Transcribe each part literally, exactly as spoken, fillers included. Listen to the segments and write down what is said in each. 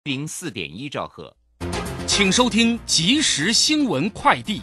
零四点一兆赫。 请收听即时新闻快递。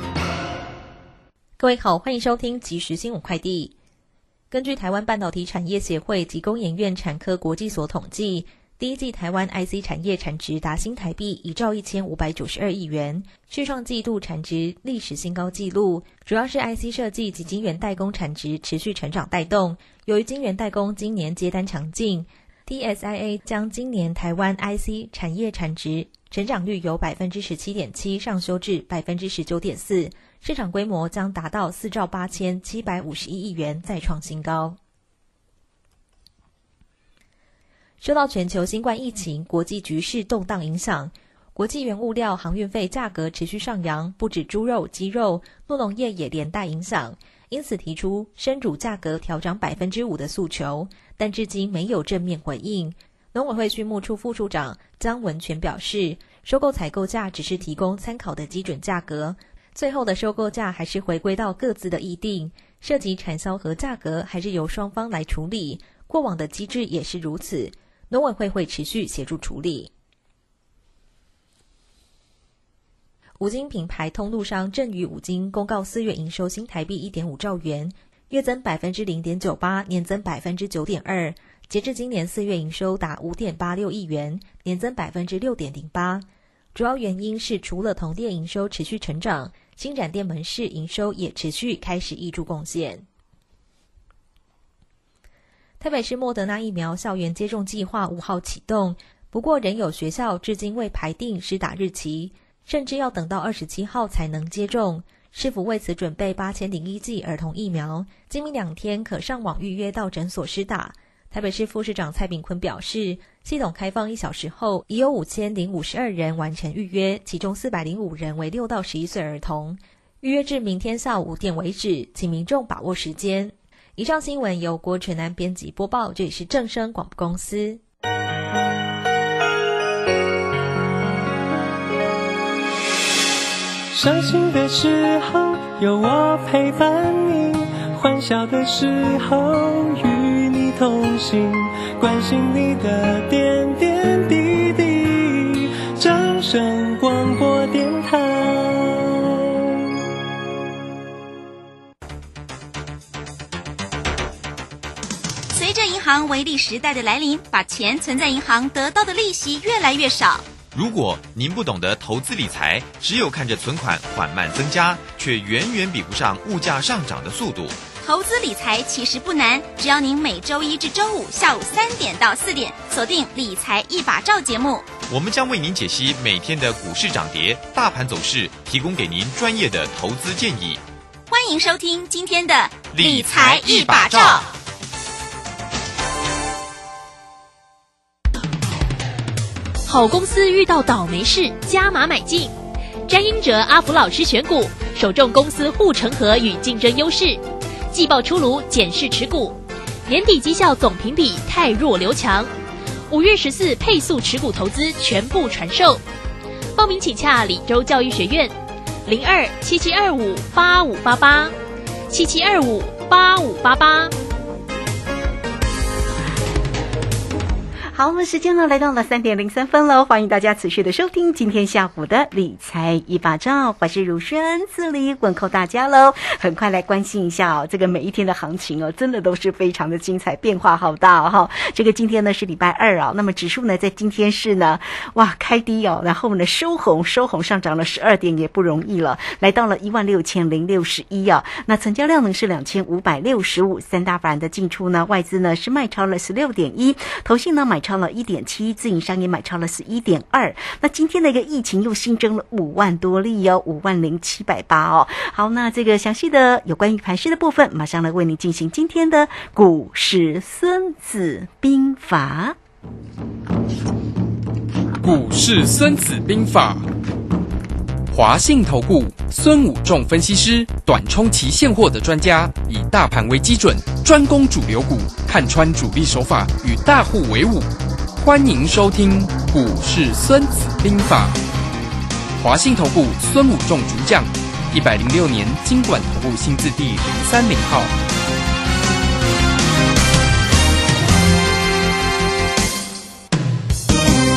各位好，欢迎收听即时新闻快递。根据台湾半导体产业协会及工研院产科国际所统计，第一季台湾 I C 产业产值达新台币一兆一千五百九十二亿元，续创季度产值历史新高纪录。主要是 I C 设计及晶圆代工产值持续成长带动。由于晶圆代工今年接单强劲， D S I A 将今年台湾 I C 产业产值成长率由 百分之十七点七 上修至 百分之十九点四， 市场规模将达到四兆八千七百五十一亿元，再创新高。受到全球新冠疫情、国际局势动荡影响，国际原物料航运费价格持续上扬，不止猪肉、鸡肉，酪农业也连带影响，因此提出生乳价格调涨 百分之五 的诉求，但至今没有正面回应。农委会畜牧处副处长江文全表示，收购采购价只是提供参考的基准价格，最后的收购价还是回归到各自的议定，涉及产销和价格还是由双方来处理，过往的机制也是如此，农委会会持续协助处理。五金品牌通路商正宇五金公告四月营收新台币 一点五兆元，月增 百分之零点九八， 年增 百分之九点二， 截至今年四月营收达 五点八六亿元，年增 百分之六点零八。 主要原因是除了同店营收持续成长，新展店门市营收也持续开始挹注贡献。台北市莫德纳疫苗校园接种计划五号启动，不过仍有学校至今未排定施打日期，甚至要等到二十七号才能接种。市府为此准备八千零一剂儿童疫苗，今明两天可上网预约到诊所施打。台北市副市长蔡炳坤表示，系统开放一小时后，已有五千零五十二人完成预约，其中四百零五人为六到十一岁儿童。预约至明天下午五点为止，请民众把握时间。以上新闻由郭纯南编辑播报，这里是正声广播公司。 伤心的时候有我陪伴你，欢笑的时候与你同行，关心你的点点滴滴。正声广播电台。 随着银行微利时代的来临，把钱存在银行得到的利息越来越少。 如果您不懂得投资理财，只有看着存款缓慢增加，却远远比不上物价上涨的速度。 投资理财其实不难，只要您每周一至周五下午三点到四点锁定理财一把照节目， 我们将为您解析每天的股市涨跌、大盘走势，提供给您专业的投资建议。 欢迎收听今天的理财一把照。 好公司遇到倒霉事，加码买进。詹英哲阿福老师选股，首重公司护城河与竞争优势。季报出炉，检视持股。年底绩效总评比太弱留强。五月十四配速持股投资全部传授。报名请洽李州教育学院，零二七七二五八五八八，七七二五八五八八。 好，我们时间呢来到了三点零三分了，欢迎大家持续的收听今天下午的理财一把照，我是如轩，这里问候大家喽。很快来关心一下哦，这个每一天的行情哦，真的都是非常的精彩，变化好大哦。这个今天呢是礼拜二啊，那么指数呢在今天是呢，哇开低哦，然后呢收红，收红上涨了十二点，也不容易了，来到了一万六千零六十一啊。那成交量呢是两千五百六十五，三大法人的进出呢，外资呢是卖超了十六点一，投信呢买超超了 一点七， 自营商也买超了 十一点二。 那今天的一个疫情又新增了五万多例哦，五万零七百八哦。好，那这个详细的有关于盘势的部分，马上来为您进行今天的股市孙子兵法。 股市孙子兵法，华信投顾孙武仲分析师，短冲期现货的专家，以大盘为基准，专攻主流股，看穿主力手法，与大户为伍。欢迎收听股市孙子兵法。华信投顾孙武仲主讲，一百零六年金管投顾新字第零三零号。 好，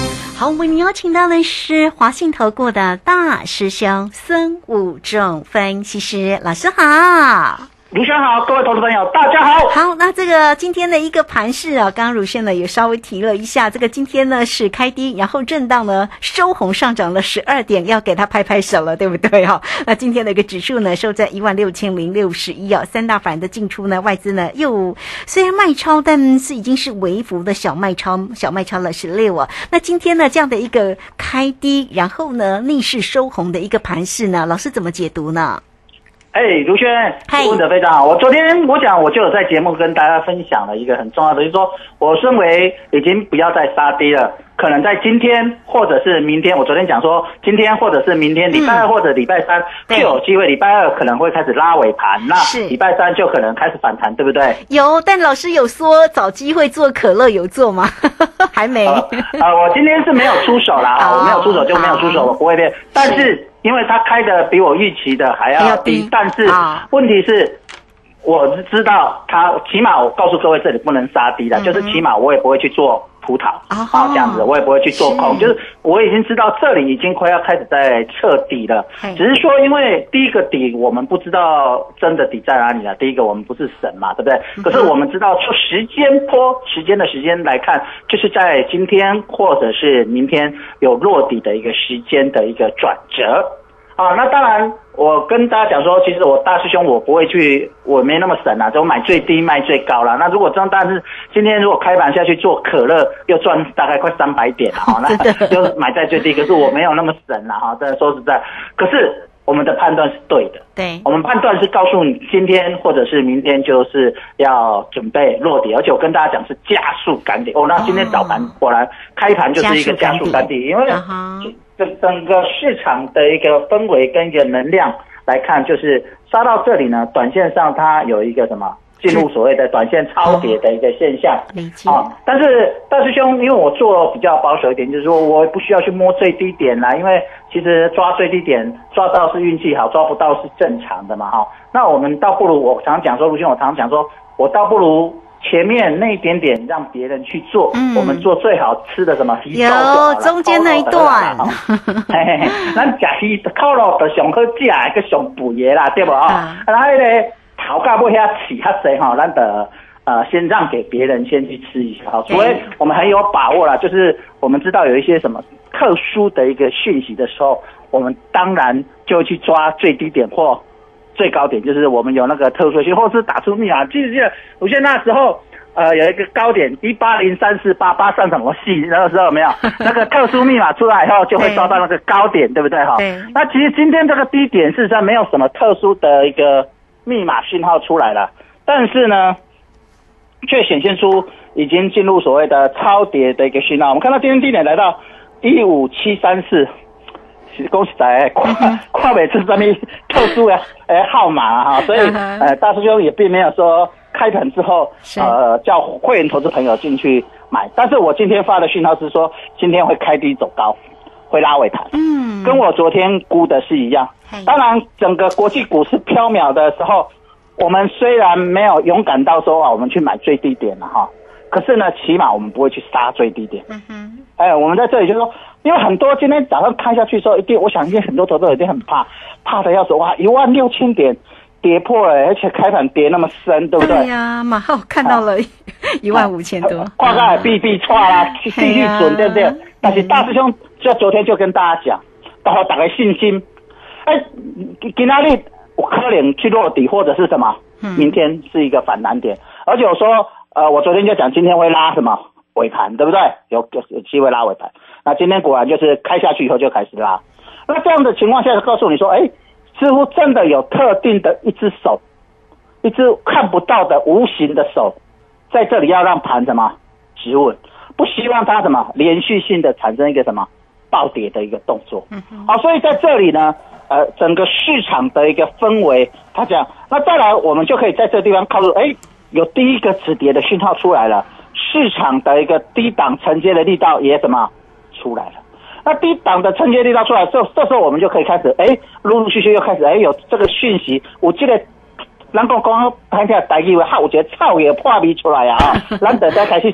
好，为您邀请到的是华信投顾的大师兄孙武仲分析师老师好。 卢轩好，各位投资朋友大家好。 好，那这个今天的一个盘势啊，刚刚如轩呢也稍微提了一下，这个今天呢是开低，然后震荡呢收红上涨了十二点，要给它拍拍手了，对不对哈？那今天的一个指数呢收在一万六千零六十一啊，三大法人的进出呢，外资呢又虽然卖超，但是已经是微幅的小卖超，小卖超了十六啊。那今天呢这样的一个开低，然后呢逆势收红的一个盘势呢，老师怎么解读呢？ 哎，卢轩，问得非常好。我昨天我讲，我就有在节目跟大家分享了一个很重要的，就是说我认为已经不要再杀低了，可能在今天或者是明天。我昨天讲说，今天或者是明天，礼拜二或者礼拜三、嗯、就有机会，礼拜二可能会开始拉尾盘，那礼拜三就可能开始反弹，对不对？ 有，但老师有说找机会做可乐，有做吗？还没。 呃、呃，我今天是没有出手啦，哦、我没有出手就没有出手，我不会变，但是。因为它开的比我预期的还要低，但是问题是，我知道它起码我告诉各位这里不能杀低了，嗯、就是起码我也不会去做葡萄啊、哦、这样子，我也不会去做空，就是我已经知道这里已经快要开始在测底了，只是说因为第一个底我们不知道真的底在哪里了，第一个我们不是神嘛，对不对？可是我们知道就时间波时间的时间来看，就是在今天或者是明天有落底的一个时间的一个转折。啊，那当然，我跟大家讲说，其实我大师兄我不会去，我没那么神啊，就买最低卖最高啦。那如果这样，但是今天如果开盘下去做可乐，又赚大概快三百点了哈，那就买在最低。可是我没有那么神啦哈，真的说实在，可是我们的判断是对的， 对， 我们判断是告诉你今天或者是明天就是要准备落底，而且我跟大家讲是加速赶底。哦，那今天早盘果然开盘就是一个加速赶底，因为。Uh-huh. 这整个市场的一个氛围跟一个能量来看，就是杀到这里呢，短线上它有一个什么进入所谓的短线超跌的一个现象。 理解啊，但是大师兄，因为我做比较保守一点，就是说我不需要去摸最低点啦，因为其实抓最低点抓到是运气好，抓不到是正常的嘛哈。那我们倒不如我常讲说，卢兄，我常常讲说，我倒不如。前面那一点点让别人去做，嗯、我们做最好吃的什么？ 有中间那一段， 嘿嘿嘿，咱食鱼烤肉就上好食，个上肥的啦，对不啊？然后咧头壳要遐起遐济哈，咱得呃先让给别人先去吃一下哈，所以我们很有把握啦，就是我们知道有一些什么特殊的一个讯息的时候，我们当然就去抓最低点或。最高点就是我们有那个特殊性，或是打出密码，记不记得？我记得那时候，呃，有一个高点一八零三四八八上什么戏，那个时候有没有？那个特殊密码出来以后，就会抓到那个高点，对不对？哈。那其实今天这个低点事实上没有什么特殊的一个密码讯号出来了，但是呢，却显现出已经进入所谓的超跌的一个讯号。我们看到今天低点来到一五七三四。恭喜在跨跨美是什么特殊的呃号码啊哈，所以呃大师兄也并没有说开盘之后呃叫会员投资朋友进去买，但是我今天发的讯号是说今天会开低走高，会拉尾盘，嗯，跟我昨天估的是一样。当然，整个国际股市飘渺的时候，我们虽然没有勇敢到说啊我们去买最低点了哈，可是呢，起码我们不会去杀最低点。嗯哼，哎，我们在这里就是说。因为很多今天早上看下去的时候，一定我想一定很多投资者一定很怕，怕的要死，哇，一万六千点跌破了，而且开盘跌那么深，对不对？ 对呀、啊，马上看到了一万五千多， 挂盖必必错啦，利率准，对不对？但是大师兄就昨天就跟大家讲，然后打开信心，哎，今天你我可能去落底或者是什么，明天是一个反弹点，而且我说，呃，我昨天就讲今天会拉什么尾盘，对不对？有有有机会拉尾盘。那今天果然就是开下去以后就开始拉，那这样的情况下，告诉你说，哎，似乎真的有特定的一只手，一只看不到的无形的手，在这里要让盘什么止稳，不希望它什么连续性的产生一个什么暴跌的一个动作。嗯、好，所以在这里呢，呃，整个市场的一个氛围，它这样，那再来我们就可以在这个地方靠住，哎，有第一个止跌的讯号出来了，市场的一个低档承接的力道也什么？出来了，那低档的承接力道出来，这这时候我们就可以开始，哎，陆陆续续又开始，哎，有这个讯息。我记得，咱讲讲看起来台语话，有一个草叶破味出来啊，咱得再开始啥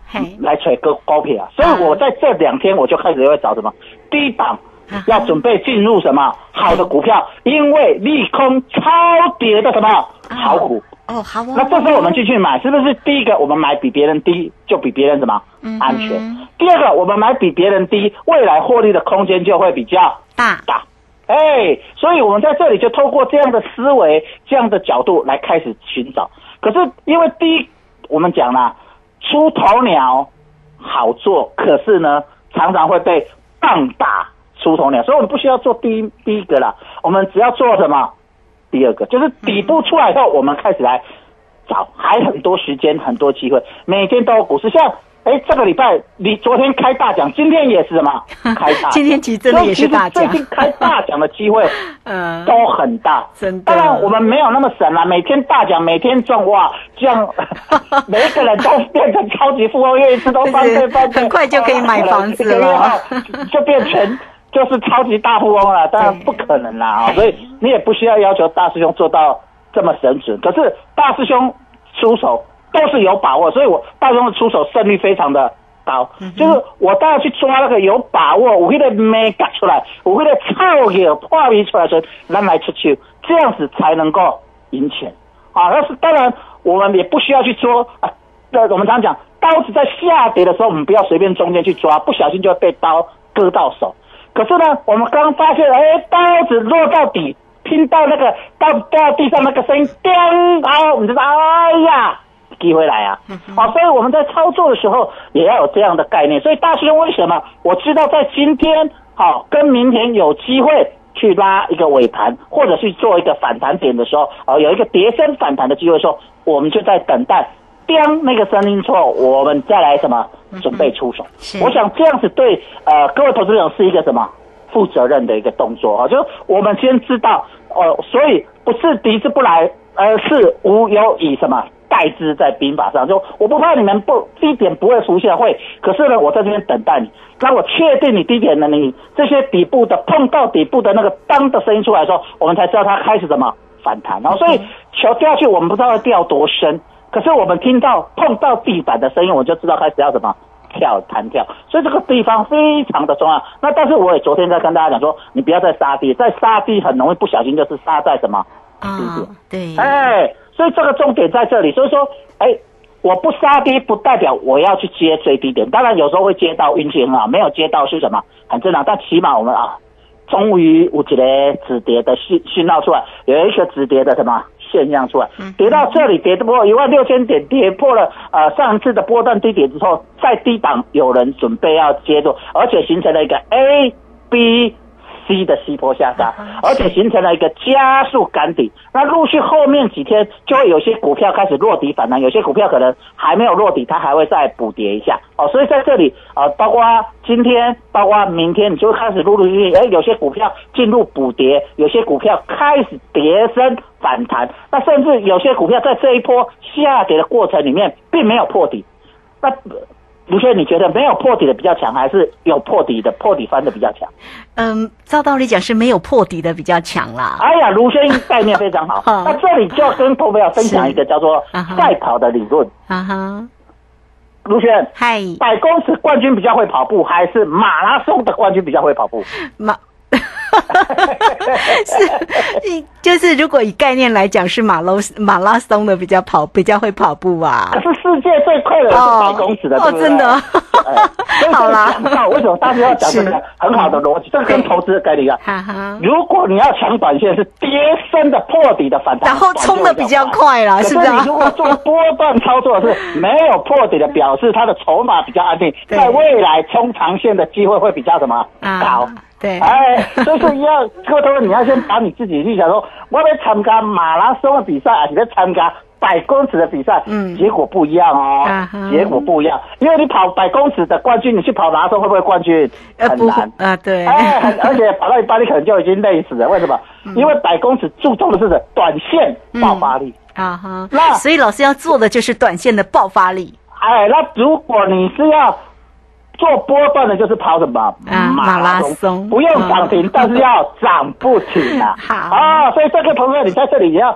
来吹个股票，所以我在这两天我就开始会找什么低档，要准备进入什么好的股票，因为利空超跌的什么好股。 哦，好哦。 那这时候我们进去买，是不是第一个我们买比别人低，就比别人什么安全？嗯、第二个我们买比别人低，未来获利的空间就会比较大大。哎，所以我们在这里就透过这样的思维、这样的角度来开始寻找。可是因为第一，我们讲啦，出头鸟好做，可是呢，常常会被放大出头鸟，所以我们不需要做第一第一个啦，我们只要做什么？第二个就是底部出来以后，我们开始来找，还很多时间，很多机会，每天都有股市，像。哎，这个礼拜你昨天开大奖，今天也是什么开大奖？ 今天其实真的也是大奖。 最近开大奖的机会，嗯，都很大。 真的。 当然我们没有那么神啦，每天大奖，每天中哇，这样每一个人都变成超级富翁，因为一次都翻倍翻倍， 很快就可以买房子了， 就变成就是超级大富翁了。当然不可能啦啊，所以你也不需要要求大师兄做到这么神准。可是大师兄出手。都是有把握，所以我大兄的出手胜率非常的高，嗯、就是我都要去抓那个有把握，我那个没夹出来，我那个操有破皮出来的时候，咱来出球，这样子才能够赢钱啊。但是当然我们也不需要去捉啊，我们常讲刀子在下跌的时候，我们不要随便中间去抓，不小心就会被刀割到手。可是呢，我们刚刚发现，哎，刀子落到底，听到那个到掉到地上那个声音，叮啊，我们就说，哎呀。机会来啊！好、哦，所以我们在操作的时候也要有这样的概念。所以大师兄为什么我知道在今天好、哦、跟明天有机会去拉一个尾盘，或者去做一个反弹点的时候，哦，有一个跌升反弹的机会的时候，我们就在等待，当那个声音错，我们再来什么准备出手。我想这样子对呃各位投资者是一个什么负责任的一个动作啊，就是我们先知道哦、呃，所以不是敌之不来，而是无有以什么。代之在兵法上，就我不怕你们不低点不会浮现会，可是呢，我在这边等待你，当我确定你低点呢，你这些底部的碰到底部的那个当的声音出来的时候，我们才知道它开始什么反弹。然后，所以球掉下去，我们不知道会掉多深，可是我们听到碰到地板的声音，我就知道开始要什么跳弹跳。所以这个地方非常的重要。那但是我也昨天在跟大家讲说，你不要再杀低，再杀低很容易不小心就是杀在什么低点。 啊，对， 哎。所以这个重点在这里，所以说，哎，我不杀低不代表我要去接最低点，当然有时候会接到运气很好，没有接到是什么很正常，但起码我们啊，终于有一个止跌的讯讯号出来，有一个止跌的什么现象出来，跌到这里跌破一万六千点，跌破了呃上一次的波段低点之后，在低档有人准备要接住，而且形成了一个 A B。C 的西坡下杀，而且形成了一个加速赶底。那陆续后面几天就会有些股票开始落底反弹，有些股票可能还没有落底，它还会再补跌一下哦。所以在这里呃，包括今天，包括明天，你就会开始陆陆续续，哎，有些股票进入补跌，有些股票开始跌升反弹，那甚至有些股票在这一波下跌的过程里面并没有破底，那。卢轩，你觉得没有破底的比较强，还是有破底的破底翻的比较强？ 嗯，照道理讲是没有破底的比较强啦。 哎呀，卢轩概念非常好。那这里就要跟投票分享一个叫做赛跑的理论。啊哈，卢轩， 嗨， 百公尺冠军比较会跑步，还是马拉松的冠军比较会跑步？ 马。是，就是如果以概念来讲，是马拉马拉松的比较跑比较会跑步啊。 可是世界最快的是百公尺的， 哦， 对不对？ 真的。 哎、好啦，为什么大家要讲这个很好的逻辑？这个跟投资概念一样。如果你要抢短线，是跌升的破底的反弹， 然后冲的比较快啦，是不是？ 你如果做波段操作是没有破底的，表示它的筹码比较安定，在未来冲长线的机会会比较什么高。 对， 哎，所以说要各位同学，你要先把你自己去想说，我要参加马拉松的比赛，还是要参加百公尺的比赛？嗯，结果不一样哦，啊、结果不一样，因为你跑百公尺的冠军，你去跑马拉松会不会冠军？很难啊，对， 哎，而且跑到一半你可能就已经累死了，为什么？嗯、因为百公尺注重的是短线爆发力、 嗯、啊哈，那所以老师要做的就是短线的爆发力。 哎，那如果你是要做波段的，就是跑什么、 啊、马拉松， 不用涨停、嗯，但是要涨不停啊！ 好啊，所以这个朋友，你在这里也要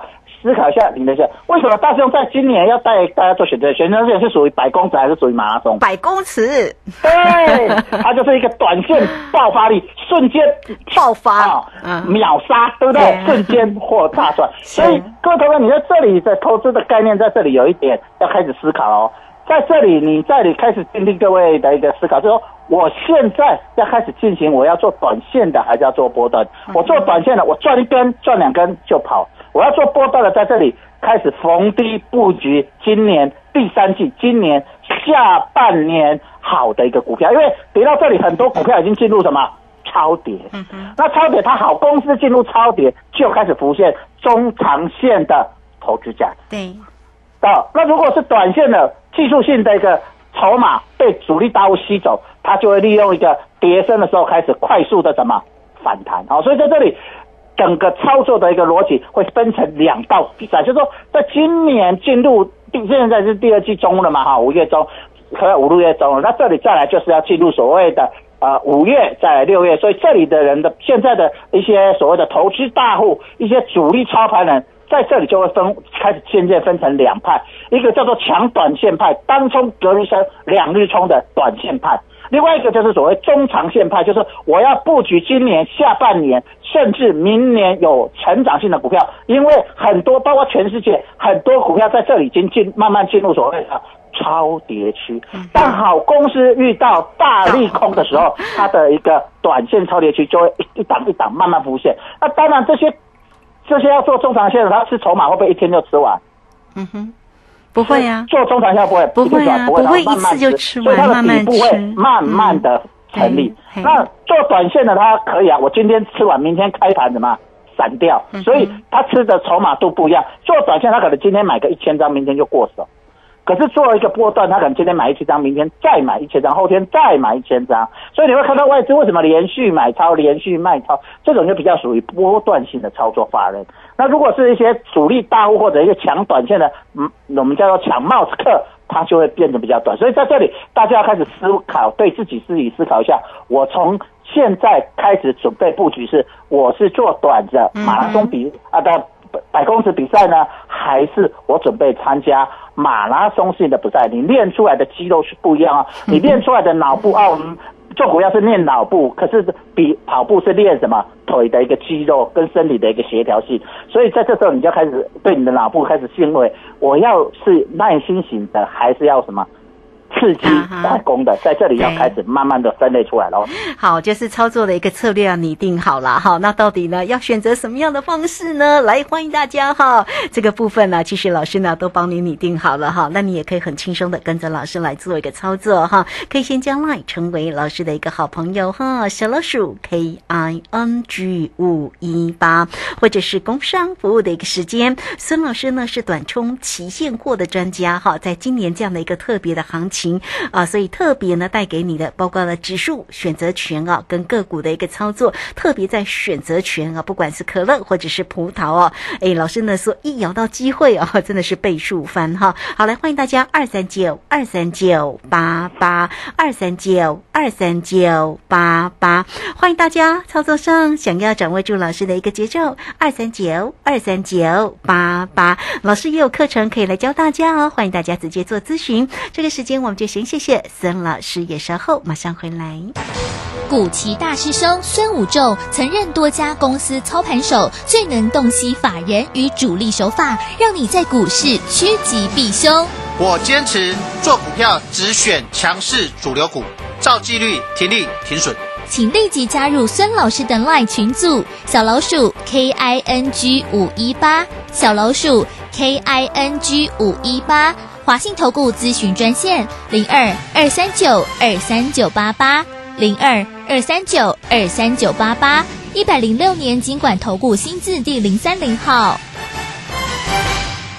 思考一下你的下，为什么大兄在今年要带大家做选择？选择权是属于百公尺还是属于马拉松？ 百公尺， 对，它就是一个短线爆发力，瞬间爆发， 啊、嗯，秒杀，对不对？对瞬间或大赚。所以各位同学，你在这里的投资的概念，在这里有一点要开始思考哦。在这里，你在这里开始奠定各位的一个思考，就是说，我现在要开始进行，我要做短线的，还是要做波段？我做短线的，我赚一根、赚两根就跑；我要做波段的，在这里开始逢低布局今年第三季、今年下半年好的一个股票，因为跌到这里，很多股票已经进入什么超跌。嗯嗯。那超跌，它好公司进入超跌，就开始浮现中长线的投资价值。 对。 哦，那如果是短线的技术性的一个筹码被主力大户吸走，它就会利用一个跌升的时候开始快速的什么反弹。好、哦，所以在这里整个操作的一个逻辑会分成两到三，就是说在今年进入第现在是第二季中了嘛，哈，五月中和五六月中了，那这里再来就是要进入所谓的呃五月再来六月，所以这里的人的现在的一些所谓的投资大户，一些主力操盘人。在这里就会分开始渐渐分成两派，一个叫做强短线派，当冲隔日升两日冲的短线派；另外一个就是所谓中长线派，就是我要布局今年下半年甚至明年有成长性的股票，因为很多包括全世界很多股票在这里已经进慢慢进入所谓的超跌区。当好公司遇到大利空的时候，它的一个短线超跌区就会一一档一档慢慢浮现。那当然这些。这些要做中长线的，他吃筹码会不会一天就吃完？ 嗯哼，不会啊。 做中长线不会， 不会啊，不会，不会一次就吃完， 所以它的底部会慢慢的成立。嗯、那做短线的它可以啊，我今天吃完，明天开盘怎么散掉？嗯、所以它吃的筹码都不一样。做短线，它可能今天买个一千张，明天就过手。可是做一个波段，他可能今天买一千张，明天再买一千张，后天再买一千张，所以你会看到外资为什么连续买超、连续卖超，这种就比较属于波段性的操作法人。那如果是一些主力大户或者一个强短线的，嗯，我们叫做抢帽子客，它就会变得比较短。所以在这里，大家要开始思考，对自己自己思考一下，我从现在开始准备布局是，我是做短的马拉松比、嗯、啊的百公尺比赛呢，还是我准备参加马拉松性的比赛？你练出来的肌肉是不一样啊，你练出来的脑部啊，我们做股票是练脑部，可是比跑步是练什么？腿的一个肌肉跟身体的一个协调性。所以在这时候，你就开始对你的脑部开始定位，我要是耐心型的，还是要什么？刺激快攻的，在这里要开始慢慢的分类出来了。 好，就是操作的一个策略要拟定好了。好，那到底呢要选择什么样的方式呢？来，欢迎大家哈。这个部分呢，其实老师呢都帮你拟定好了哈。那你也可以很轻松的跟着老师来做一个操作哈。可以先将 LINE 成为老师的一个好朋友哈，小老鼠 K I N G 五一八，或者是工商服务的一个时间。孙老师呢是短冲期现货的专家哈，在今年这样的一个特别的行情。啊，所以特别呢带给你的包括了指数选择权啊，跟个股的一个操作，特别在选择权啊，不管是可乐或者是葡萄哦，哎，老师呢说一咬到机会哦，真的是倍数翻哈。好，来欢迎大家二三九二三九八八二三九二三九八八，欢迎大家操作上想要掌握住老师的一个节奏，二三九二三九八八，老师也有课程可以来教大家哦，欢迎大家直接做咨询。这个时间我们就先谢谢孙老师，也稍后马上回来。 古奇大师兄孙武仲曾任多家公司操盘手，最能洞悉法人与主力手法，让你在股市趋吉避凶。 我坚持做股票只选强势主流股，照纪律停利停损。 请立即加入孙老师的 LINE 群组，小老鼠 K I N G 五一八，小老鼠 K I N G 五一八。华信投顾咨询专线零二二三九二三九八八零二二三九二三九八八，一百零六年金管投顾新字第零三零号。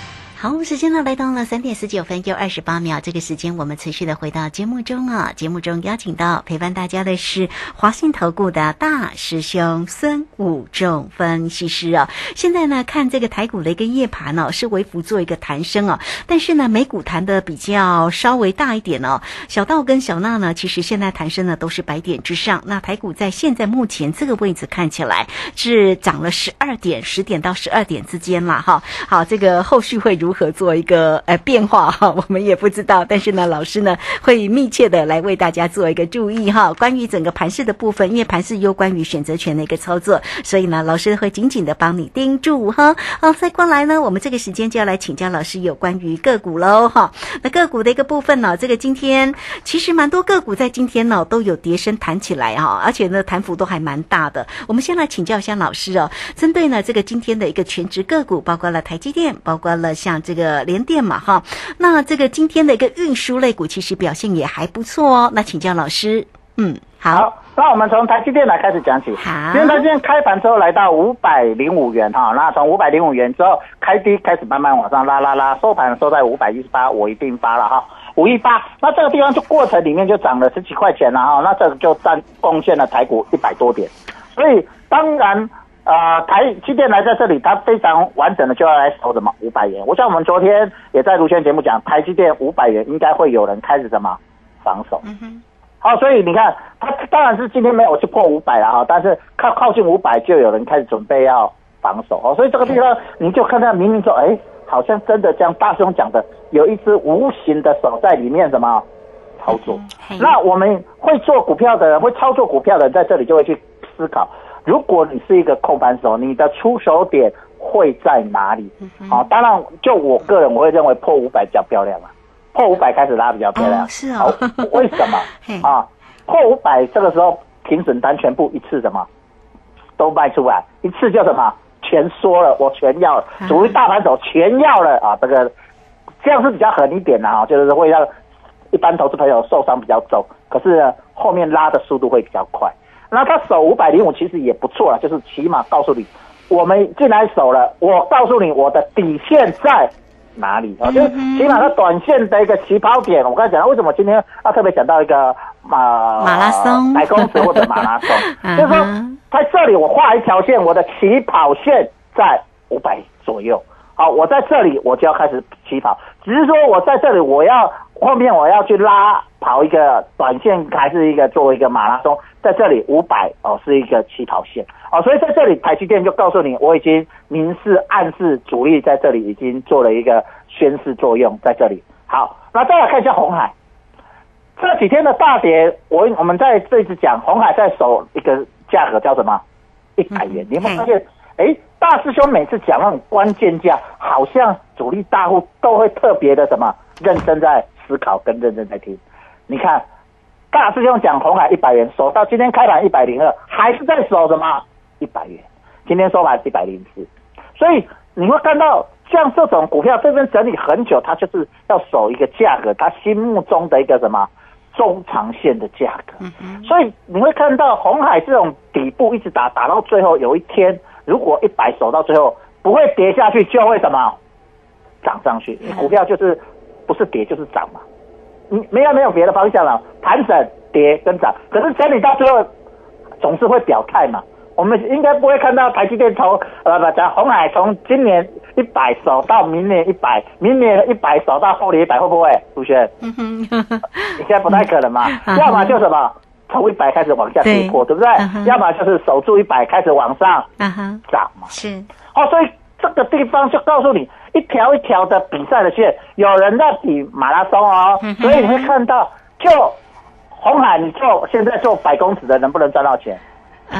好，时间呢来到了三点十九分又二十八秒，这个时间我们持续的回到节目中啊。节目中邀请到陪伴大家的是华信投顾的大师兄孙武仲分析师啊。现在呢看这个台股的一个夜盘哦，是微幅做一个弹升哦，但是呢美股弹的比较稍微大一点哦。小道跟小纳呢，其实现在弹升呢都是百点之上。那台股在现在目前这个位置看起来是涨了十二点，十点到十二点之间啦哈。好，这个后续会如何做一个呃变化哈，我们也不知道。但是呢，老师呢会密切的来为大家做一个注意哈。关于整个盘势的部分，因为盘势有关于选择权的一个操作，所以呢，老师会紧紧的帮你盯住哈。好，再过来呢，我们这个时间就要来请教老师有关于个股喽哈。那个股的一个部分呢，这个今天其实蛮多个股在今天呢都有跌升弹起来哈，而且呢弹幅都还蛮大的。我们先来请教一下老师哦，针对呢这个今天的一个全职个股，包括了台积电，包括了像这个联电嘛哈，那这个今天的一个运输类股其实表现也还不错哦。那请教老师，嗯，好， 好，那我们从台积电来开始讲起。 好， 今天台积电开盘之后来到五百零五元哈，那从五百零五元之后开低开始慢慢往上拉拉拉，收盘收在五百一十八，我一定发了哈。五一八，那这个地方就过程里面就涨了十几块钱了哈，那这个就占贡献了台股一百多点，所以当然。呃，台积电来在这里，它非常完整的就要来守什么五百元。我像我们昨天也在卢轩节目讲，台积电五百元应该会有人开始什么防守。嗯哼。好，所以你看，它当然是今天没有去破五百了哈，但是靠靠近五百就有人开始准备要防守哦。所以这个地方你就看到明明说，哎，好像真的像大兄讲的，有一只无形的手在里面什么操作。嗯、那我们会做股票的人，会操作股票的人在这里就会去思考。如果你是一个控盘手，你的出手点会在哪里？好、哦，当然，就我个人，我会认为破五百比较漂亮啊，破五百开始拉比较漂亮。 哦是哦。 为什么啊？破五百这个时候停损单全部一次什么都卖出来，一次就什么全缩了，我全要了，主力大盘手全要了啊！这个这样是比较狠一点的啊，就是会让一般投资朋友受伤比较重，可是呢后面拉的速度会比较快。那他守五百零五其实也不错了，就是起码告诉你，我们进来守了，我告诉你我的底线在哪里啊？就是起码它短线的一个起跑点。我刚才讲，为什么今天要特别讲到一个马马拉松百公尺或者马拉松，就是说在这里我画一条线，我的起跑线在五百左右。好，我在这里我就要开始起跑，只是说我在这里我要后面我要去拉跑一个短线，还是一个作为一个马拉松，在这里五百哦是一个起跑线哦，所以在这里台积电就告诉你，我已经明示暗示主力在这里已经做了一个宣示作用在这里。好，那再来看一下鸿海，这几天的大跌，我我们在这一次讲鸿海在守一个价格叫什么一百元，你有没有发现？哎，大师兄每次讲那种关键价，好像主力大户都会特别的什么认真在思考跟认真在听。你看，大师兄讲鸿海一百元，守到今天开盘一百零二，还是在守什么一百元？今天收盘一百零四，所以你会看到像这种股票这边整理很久，它就是要守一个价格，它心目中的一个什么中长线的价格。嗯、所以你会看到鸿海这种底部一直打打到最后，有一天。如果一百守到最后不会跌下去，就会什么涨上去。股票就是不是跌就是涨嘛，你没有没有别的方向了，盘整跌跟涨。可是整理到最后总是会表态嘛。我们应该不会看到台积电从呃不讲鸿海从今年一百守到明年一百，明年一百守到后年一百，会不会？卢轩，你现在不太可能嘛，要么就什么。从一百开始往下跌破， 对, 对不对？Uh-huh. 要么就是守住一百开始往上涨嘛。是、uh-huh. 哦，所以这个地方就告诉你一条一条的比赛的线，有人在比马拉松哦， uh-huh. 所以你会看到，就鸿海，你做现在做百公尺的能不能赚到钱？ 嗯、uh, ，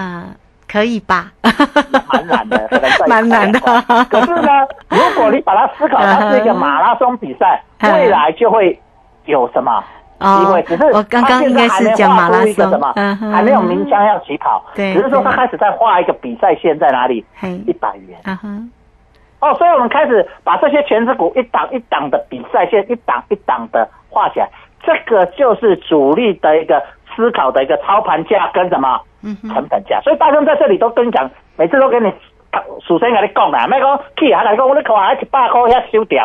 可以吧？ 蛮难的，可能在蛮难的。 可是呢，如果你把它思考，它是一个马拉松比赛， uh-huh. 未来就会有什么？机会，只是我刚刚应该是讲马拉松， 什么还没有鸣枪要起跑，只是说他开始在画一个比赛线在哪里，一百元。Uh-huh. 哦，所以我们开始把这些全指股一档一档的比赛线，一档一档的画起来，这个就是主力的一个思考的一个操盘价跟什么成本价。所以大家在这里都跟你讲，每次都跟你数声跟你讲啦，莫讲去还来讲，我你看还一百块遐收掉诶。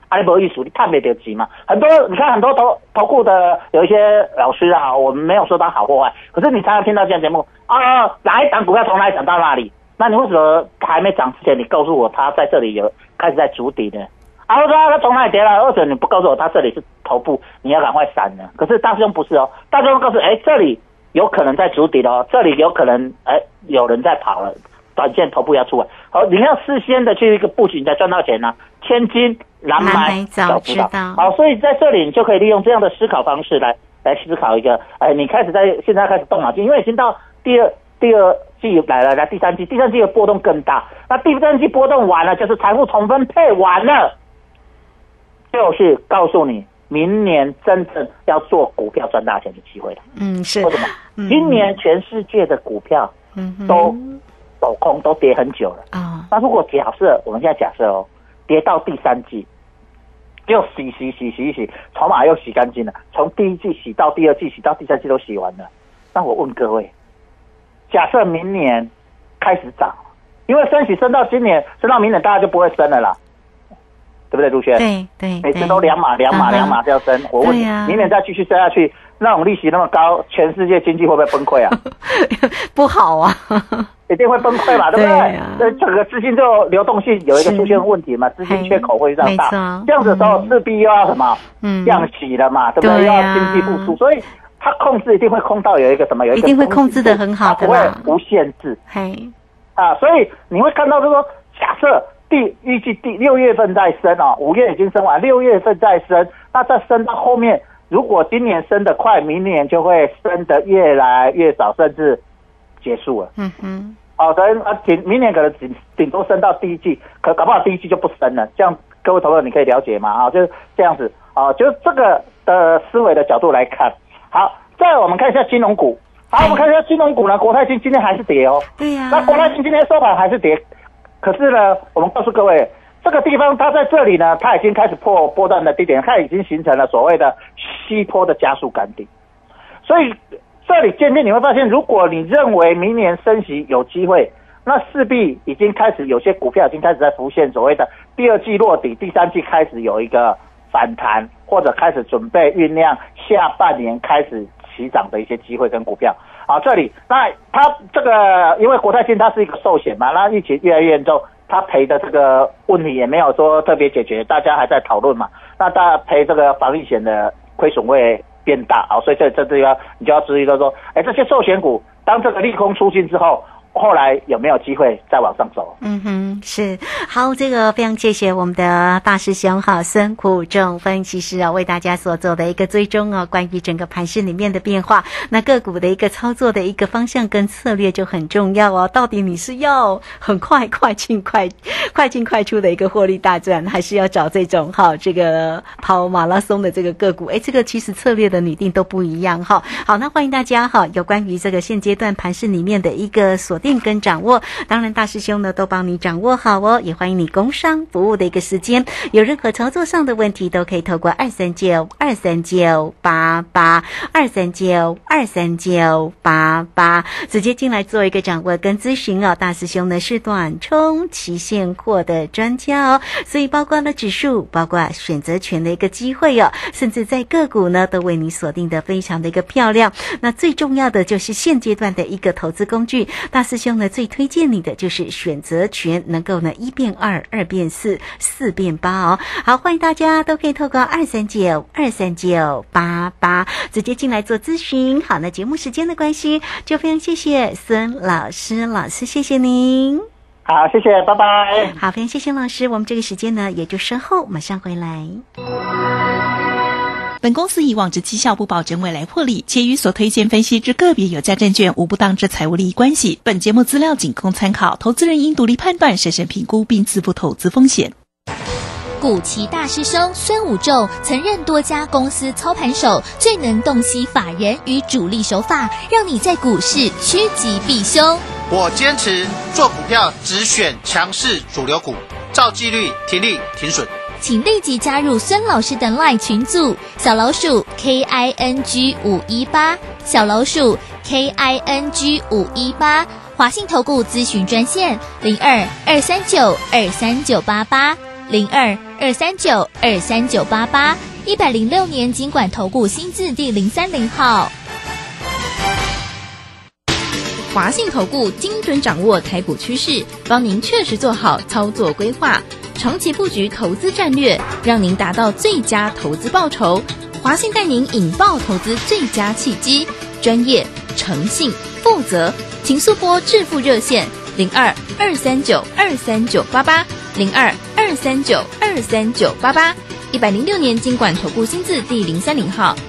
啊，你没意思，你赚不到钱嘛。很多你看很多投投顾的有一些老师啊，我们没有说他好或坏，可是你常常听到这样节目啊，哪一档股票从哪里涨到哪里？那你为什么还没涨之前，你告诉我它在这里有开始在筑底呢？啊，我说它从哪里跌了？或者你不告诉我它这里是头部，你要赶快闪了。可是大师兄不是哦，大师兄告诉哎，这里有可能在筑底哦，这里有可能哎有人在跑了，短线头部要出来。好，你要事先的去一个布局，你才赚到钱呢、啊。千金难买早知道。好，所以在这里你就可以利用这样的思考方式来来思考一个，哎，你开始在现在开始动脑筋，因为已经到第二第二。来来来，第三季，第三季的波动更大。那第三季波动完了，就是财富重分配完了，就是告诉你，明年真正要做股票赚大钱的机会了。 嗯，是。 为什么？嗯、今年全世界的股票都走空，都跌很久了啊、哦。那如果假设我们现在假设哦，跌到第三季，又洗洗洗洗洗，筹码又洗干净了，从第一季洗到第二季，洗到第三季都洗完了。那我问各位。假设明年开始涨，因为升息升到今年，升到明年大家就不会升了啦，对不对，卢轩？ 对对， 每次都两码两码两码这样升。我问你、啊，明年再继续升下去，那种利息那么高，全世界经济会不会崩溃啊？ 不好啊， 一定会崩溃嘛，对不对？那、啊、整个资金就流动性有一个出现问题嘛，资金缺口会让大，这样子的时候势必又要什么？嗯，降息了嘛，对不对？对啊、又要经济复苏，所以。它控制一定会控到有一个什么，有一个一定会控制的很好的啦， 不会无限制。 嘿， 啊，所以你会看到就是说，假设第预计第六月份再升哦，五月已经升完，六月份再升，那再升到后面，如果今年升得快，明年就会升得越来越少，甚至结束了。嗯哼。哦，所以啊，顶明年可能顶顶多升到第一季，可搞不好第一季就不升了。这样各位投资者你可以了解吗？啊，就是这样子啊，就是这个的思维的角度来看。好，再来我们看一下金融股。好，我们看一下金融股呢，国泰金今天还是跌哦。 对呀、啊。 那国泰金今天收盘还是跌，可是呢，我们告诉各位，这个地方它在这里呢，它已经开始破波段的低点，它已经形成了所谓的西坡的加速杆顶。所以这里渐渐你会发现，如果你认为明年升息有机会，那势必已经开始有些股票已经开始在浮现所谓的第二季落底，第三季开始有一个反弹，或者开始准备酝酿下半年开始起涨的一些机会跟股票。好，这里那它这个因为国泰金它是一个寿险嘛，那疫情越来越严重，它赔的这个问题也没有说特别解决，大家还在讨论嘛。那大家赔这个防疫险的亏损会变大啊，所以这这地方你就要注意到说，哎，这些寿险股当这个利空出尽之后，后来有没有机会再往上走？ 嗯哼，是好，这个非常谢谢我们的大师兄哈孙苦仲分析师啊，为大家所做的一个追踪啊，关于整个盘势里面的变化，那个股的一个操作的一个方向跟策略就很重要哦。到底你是要很快快进快快进快出的一个获利大赚，还是要找这种哈这个跑马拉松的这个个股？哎，这个其实策略的拟定都不一样哈。好，那欢迎大家哈，有关于这个现阶段盘势里面的一个锁定跟掌握，当然大师兄呢都帮你掌握好哦，也欢迎你工商服务的一个时间，有任何操作上的问题都可以透过二三九二三九八八二三九二三九八八直接进来做一个掌握跟咨询哦。大师兄呢是短冲期现货的专家哦，所以包括了指数，包括选择权的一个机会哦，甚至在个股呢都为你锁定的非常的一个漂亮。那最重要的就是现阶段的一个投资工具，大师兄呢最推荐你的就是选择权，能够呢一变二，二变四，四变八哦。好，欢迎大家都可以透过二三九二三九八八直接进来做咨询。好，那节目时间的关系，就非常谢谢孙老师，老师谢谢您。 好，谢谢，拜拜。 好，非常谢谢老师，我们这个时间呢也就稍后马上回来。 本公司以往之绩效不保证未来获利，且与所推荐分析之个别有价证券无不当之财务利益关系。本节目资料仅供参考，投资人应独立判断、审慎评估并自负投资风险。 股期大师兄孙武仲曾任多家公司操盘手，最能洞悉法人与主力手法，让你在股市趋吉避凶。 我坚持做股票只选强势主流股，照纪律停利停损。 请立即加入孙老师的 LINE 群组，小老鼠 K I N G 五一八，小老鼠 K I N G 五一八，华信投顾咨询专线零二二三九二三九八八零二二三九二三九八八，一百零六年金管投顾新字第零三零号。 华信投顾精准掌握台股趋势，帮您确实做好操作规划，长期布局投资战略，让您达到最佳投资报酬。华信带您引爆投资最佳契机，专业、诚信、负责，请速拨致富热线零二二三九二三九八八零二二三九二三九八八，一百零六年金管投顾新字第零三零号。